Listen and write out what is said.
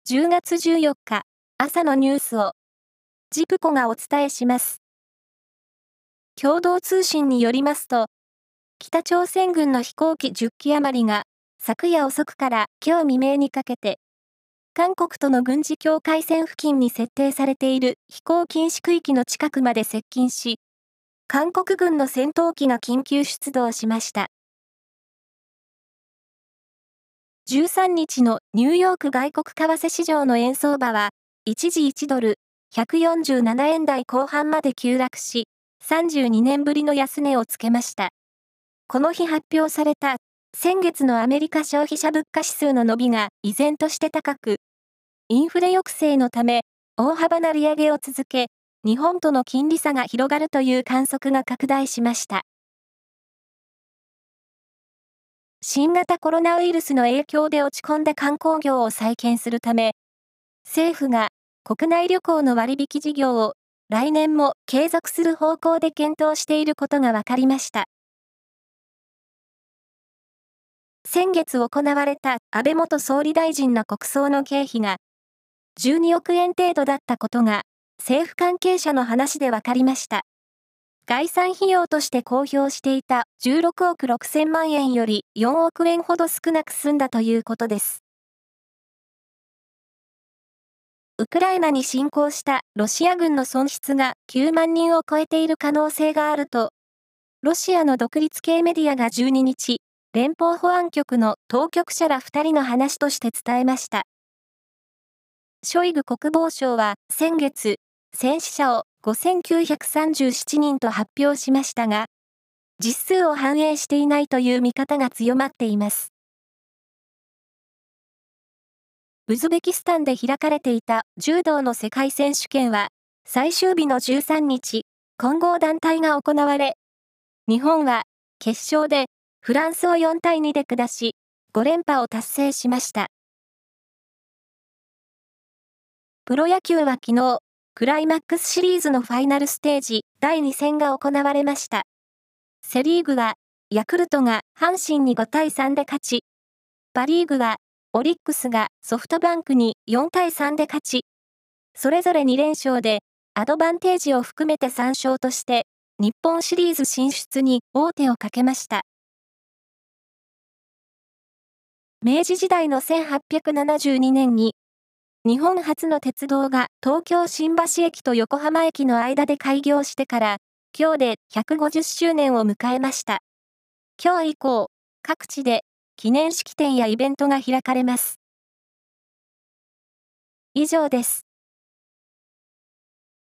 10月14日、朝のニュースを、ジプコがお伝えします。共同通信によりますと、北朝鮮軍の飛行機10機余りが、昨夜遅くから今日未明にかけて、韓国との軍事境界線付近に設定されている飛行禁止区域の近くまで接近し、韓国軍の戦闘機が緊急出動しました。13日のニューヨーク外国為替市場の円相場は、一時1ドル147円台後半まで急落し、32年ぶりの安値をつけました。この日発表された先月のアメリカ消費者物価指数の伸びが依然として高く、インフレ抑制のため大幅な利上げを続け、日本との金利差が広がるという観測が拡大しました。新型コロナウイルスの影響で落ち込んだ観光業を再建するため、政府が国内旅行の割引事業を来年も継続する方向で検討していることが分かりました。先月行われた安倍元総理大臣の国葬の経費が12億円程度だったことが政府関係者の話で分かりました。概算費用として公表していた16億6000万円より4億円ほど少なく済んだということです。ウクライナに侵攻したロシア軍の損失が9万人を超えている可能性があると、ロシアの独立系メディアが12日、連邦保安局の当局者ら2人の話として伝えました。ショイグ国防相は先月、戦死者を5937人と発表しましたが、実数を反映していないという見方が強まっています。ウズベキスタンで開かれていた柔道の世界選手権は、最終日の13日、混合団体が行われ、日本は決勝でフランスを4対2で下し、5連覇を達成しました。プロ野球は昨日、クライマックスシリーズのファイナルステージ第2戦が行われました。セリーグは、ヤクルトが阪神に5対3で勝ち、パリーグは、オリックスがソフトバンクに4対3で勝ち、それぞれ2連勝で、アドバンテージを含めて3勝として、日本シリーズ進出に王手をかけました。明治時代の1872年に、日本初の鉄道が東京新橋駅と横浜駅の間で開業してから、今日で150周年を迎えました。今日以降、各地で記念式典やイベントが開かれます。以上です。